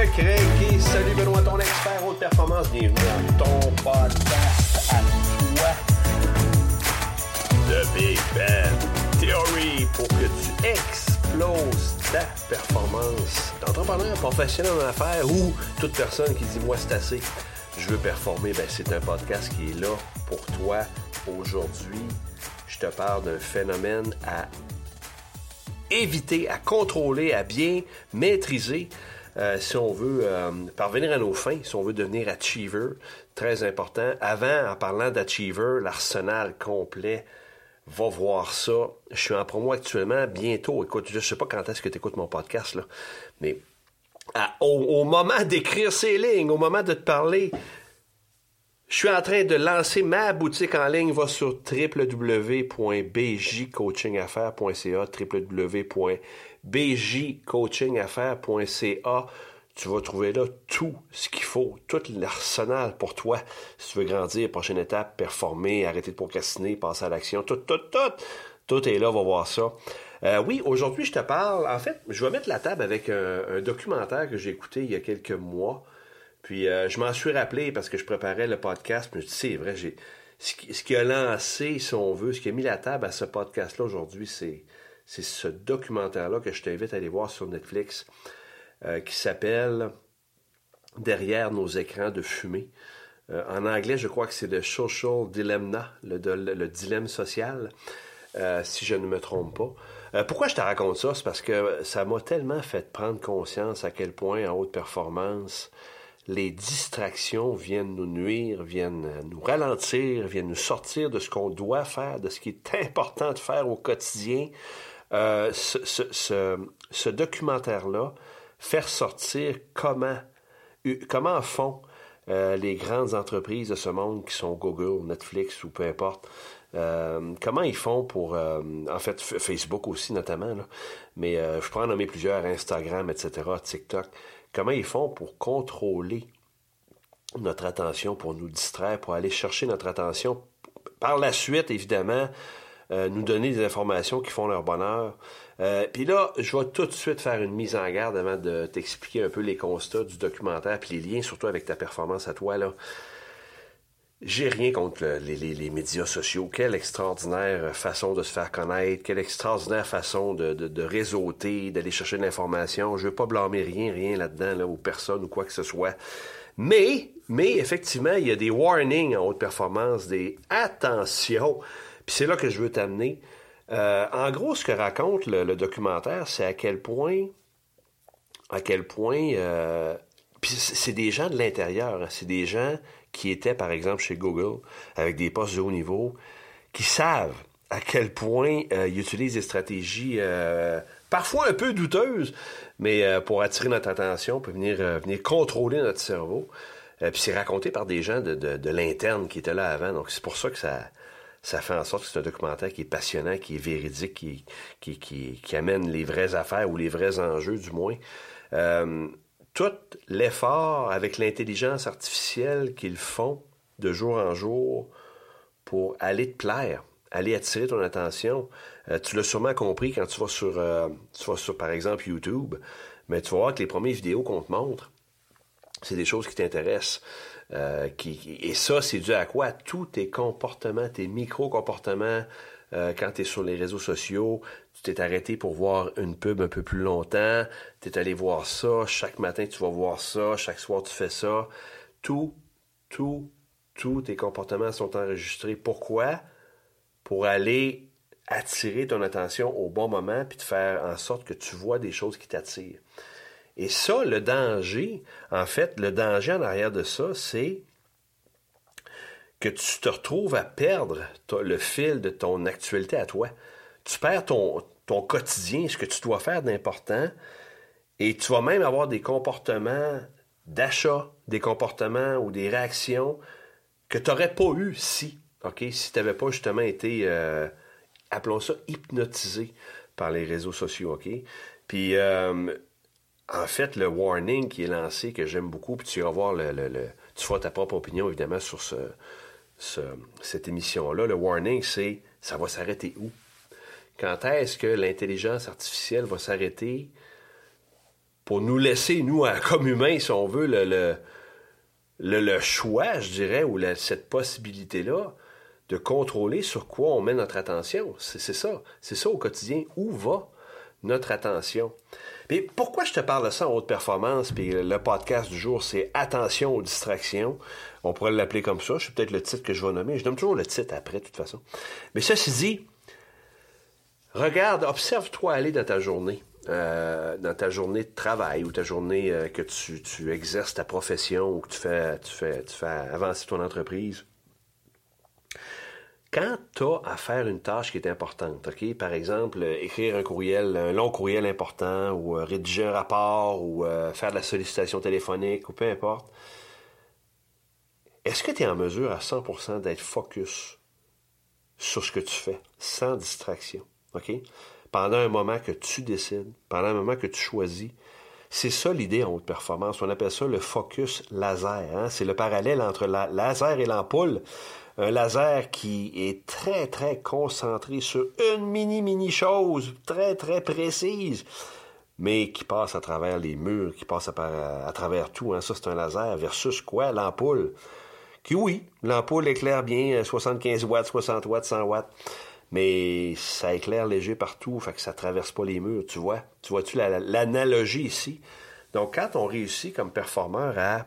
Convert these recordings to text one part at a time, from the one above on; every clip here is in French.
craqué. Salut Benoît, ton expert haute performance. Bienvenue dans ton podcast à toi. The Big Bang Theory pour que tu exploses ta performance d'entrepreneur professionnel en affaires ou toute personne qui dit « moi c'est assez, je veux performer », ben c'est un podcast qui est là pour toi. Aujourd'hui, je te parle d'un phénomène à éviter, à contrôler, à bien maîtriser si on veut parvenir à nos fins, si on veut devenir achiever. Très important. Avant, en parlant d'achiever, l'arsenal complet, va voir ça. Je suis en promo actuellement, bientôt. Écoute, je ne sais pas quand est-ce que tu écoutes mon podcast, là, mais au moment d'écrire ces lignes, au moment de te parler, je suis en train de lancer ma boutique en ligne. Va sur www.bjcoachingaffaires.ca, www.bjcoachingaffaires.ca. Tu vas trouver là tout ce qu'il faut, tout l'arsenal pour toi. Si tu veux grandir, prochaine étape, performer, arrêter de procrastiner, passer à l'action, tout est là, va voir ça. Oui, aujourd'hui, je te parle, en fait, je vais mettre la table avec un documentaire que j'ai écouté il y a quelques mois. Puis je m'en suis rappelé parce que je préparais le podcast, mais je dis, c'est vrai, ce qui a lancé, si on veut, ce qui a mis la table à ce podcast-là aujourd'hui, c'est ce documentaire-là que je t'invite à aller voir sur Netflix, qui s'appelle « Derrière nos écrans de fumée ». En anglais, je crois que c'est le Social Dilemma, le dilemme social, si je ne me trompe pas. Pourquoi je te raconte ça? C'est parce que ça m'a tellement fait prendre conscience à quel point, en haute performance, les distractions viennent nous nuire, viennent nous ralentir, viennent nous sortir de ce qu'on doit faire, de ce qui est important de faire au quotidien. Ce documentaire-là fait ressortir comment font les grandes entreprises de ce monde qui sont Google, Netflix ou peu importe. Comment ils font pour... en fait, Facebook aussi notamment, là, mais je peux en nommer plusieurs, Instagram, etc., TikTok. Comment ils font pour contrôler notre attention, pour nous distraire, pour aller chercher notre attention. Par la suite, évidemment, nous donner des informations qui font leur bonheur. Puis là, je vais tout de suite faire une mise en garde avant de t'expliquer un peu les constats du documentaire puis les liens, surtout avec ta performance à toi, là. J'ai rien contre les médias sociaux. Quelle extraordinaire façon de se faire connaître. Quelle extraordinaire façon de réseauter, d'aller chercher de l'information. Je veux pas blâmer rien là-dedans, là, ou personne, ou quoi que ce soit. Mais effectivement, il y a des warnings en haute performance, des attention. Puis c'est là que je veux t'amener. En gros, ce que raconte le documentaire, c'est à quel point... puis c'est des gens de l'intérieur. Hein, c'est des gens qui étaient, par exemple, chez Google, avec des postes de haut niveau, qui savent à quel point ils utilisent des stratégies parfois un peu douteuses, mais pour attirer notre attention, pour venir contrôler notre cerveau. Puis c'est raconté par des gens de l'interne qui étaient là avant. Donc c'est pour ça que ça fait en sorte que c'est un documentaire qui est passionnant, qui est véridique, qui amène les vraies affaires ou les vrais enjeux, du moins. Tout l'effort avec l'intelligence artificielle qu'ils font de jour en jour pour aller te plaire, aller attirer ton attention. Tu l'as sûrement compris quand tu vas sur par exemple, YouTube, mais tu vas voir que les premières vidéos qu'on te montre, c'est des choses qui t'intéressent. Et ça, c'est dû à quoi? À tous tes comportements, tes micro-comportements. Quand tu es sur les réseaux sociaux, tu t'es arrêté pour voir une pub un peu plus longtemps, tu es allé voir ça, chaque matin tu vas voir ça, chaque soir tu fais ça. Tous tes comportements sont enregistrés. Pourquoi? Pour aller attirer ton attention au bon moment puis te faire en sorte que tu vois des choses qui t'attirent. Et ça, le danger en arrière de ça, c'est que tu te retrouves à perdre le fil de ton actualité à toi. Tu perds ton quotidien, ce que tu dois faire d'important, et tu vas même avoir des comportements d'achat, des comportements ou des réactions que tu n'aurais pas eu si tu n'avais pas justement été, appelons ça, hypnotisé par les réseaux sociaux. Okay? Puis, en fait, le warning qui est lancé, que j'aime beaucoup, puis tu iras voir tu feras ta propre opinion, évidemment, sur cette émission-là. Le warning, c'est ça va s'arrêter où? Quand est-ce que l'intelligence artificielle va s'arrêter pour nous laisser, nous, comme humains, si on veut, le choix, je dirais, ou cette possibilité-là de contrôler sur quoi on met notre attention. C'est ça. C'est ça au quotidien. Où va notre attention? Puis pourquoi je te parle de ça en haute performance? Puis le podcast du jour, c'est Attention aux distractions. On pourrait l'appeler comme ça. Je sais peut-être le titre que je vais nommer. Je nomme toujours le titre après, de toute façon. Mais ceci dit, regarde, observe-toi aller dans ta journée. Dans ta journée de travail ou ta journée que tu exerces ta profession ou que tu fais avancer ton entreprise. Quand tu as à faire une tâche qui est importante, OK? Par exemple, écrire un long courriel important ou rédiger un rapport ou faire de la sollicitation téléphonique ou peu importe, est-ce que tu es en mesure à 100% d'être focus sur ce que tu fais, sans distraction, OK? Pendant un moment que tu décides, pendant un moment que tu choisis. C'est ça l'idée en haute performance. On appelle ça le focus laser. Hein? C'est le parallèle entre la laser et l'ampoule. Un laser qui est très, très concentré sur une mini chose, très, très précise, mais qui passe à travers les murs, qui passe à travers tout. Hein? Ça, c'est un laser versus quoi? L'ampoule. Qui, oui, l'ampoule éclaire bien 75 watts, 60 watts, 100 watts. Mais ça éclaire léger partout, fait que ça traverse pas les murs, tu vois. Tu vois-tu l'analogie ici? Donc, quand on réussit comme performeur à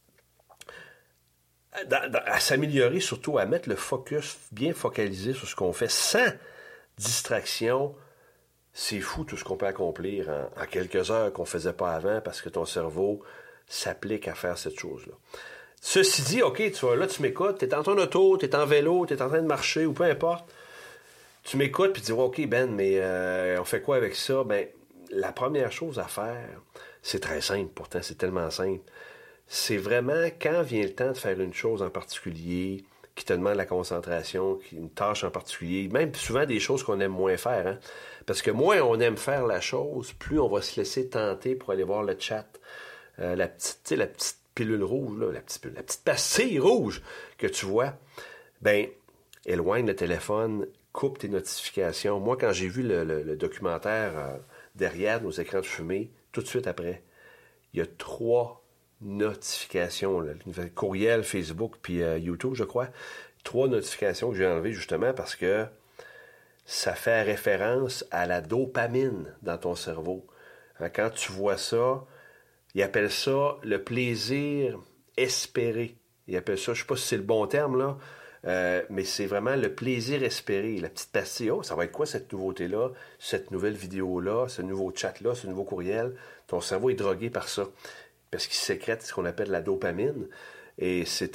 s'améliorer, surtout à mettre le focus bien focalisé sur ce qu'on fait sans distraction, c'est fou tout ce qu'on peut accomplir en quelques heures qu'on faisait pas avant parce que ton cerveau s'applique à faire cette chose-là. Ceci dit, OK, tu vois, là, tu m'écoutes, tu es en ton auto, tu es en vélo, tu es en train de marcher ou peu importe. Tu m'écoutes puis tu dis, OK, Ben, mais on fait quoi avec ça? Ben, la première chose à faire, c'est très simple, pourtant c'est tellement simple. C'est vraiment quand vient le temps de faire une chose en particulier qui te demande la concentration, une tâche en particulier, même souvent des choses qu'on aime moins faire. Hein? Parce que moins on aime faire la chose, plus on va se laisser tenter pour aller voir le chat. La petite pilule rouge, là, la petite pastille rouge que tu vois, ben, éloigne le téléphone, coupe tes notifications. Moi, quand j'ai vu le documentaire derrière nos écrans de fumée, tout de suite après, il y a 3 notifications, là, courriel, Facebook, puis YouTube, je crois. 3 notifications que j'ai enlevées justement parce que ça fait référence à la dopamine dans ton cerveau. Quand tu vois ça, ils appellent ça le plaisir espéré. Ils appellent ça, je ne sais pas si c'est le bon terme, là, mais c'est vraiment le plaisir espéré. La petite pastille, oh, ça va être quoi cette nouveauté-là, cette nouvelle vidéo-là, ce nouveau chat-là, ce nouveau courriel? Ton cerveau est drogué par ça. Parce qu'il sécrète ce qu'on appelle la dopamine. Et c'est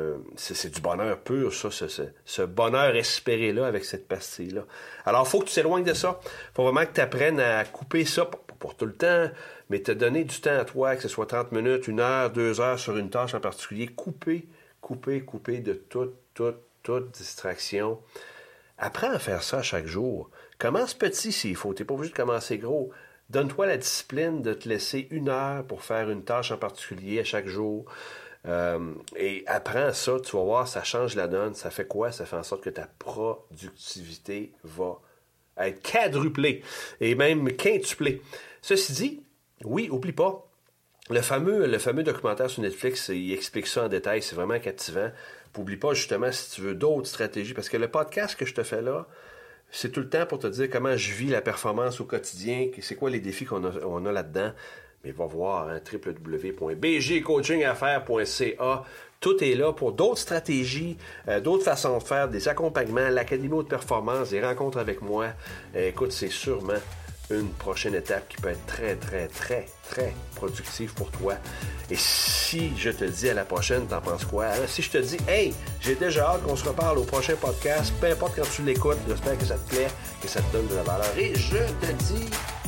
du bonheur pur, ça, ce bonheur espéré-là avec cette pastille-là. Alors, il faut que tu t'éloignes de ça. Il faut vraiment que tu apprennes à couper ça, pour tout le temps, mais te donner du temps à toi, que ce soit 30 minutes, 1 heure, 2 heures sur une tâche en particulier. Couper de toute distraction. Apprends à faire ça chaque jour. Commence petit s'il faut. Tu n'es pas obligé de commencer gros. Donne-toi la discipline de te laisser 1 heure pour faire une tâche en particulier à chaque jour. Et apprends ça, tu vas voir, ça change la donne. Ça fait quoi? Ça fait en sorte que ta productivité va être quadruplée et même quintuplée. Ceci dit, oui, oublie pas, le fameux documentaire sur Netflix, il explique ça en détail, c'est vraiment captivant. N'oublie pas justement si tu veux d'autres stratégies, parce que le podcast que je te fais là, c'est tout le temps pour te dire comment je vis la performance au quotidien, c'est quoi les défis qu'on a là-dedans. Mais va voir hein, www.bgcoachingaffaires.ca. Tout est là pour d'autres stratégies, d'autres façons de faire, des accompagnements, l'Académie Haute Performance, des rencontres avec moi. Écoute, c'est sûrement une prochaine étape qui peut être très, très, très, très productive pour toi. Et si je te dis à la prochaine, t'en penses quoi? Hein? Si je te dis, hey, j'ai déjà hâte qu'on se reparle au prochain podcast, peu importe quand tu l'écoutes, j'espère que ça te plaît, que ça te donne de la valeur. Et je te dis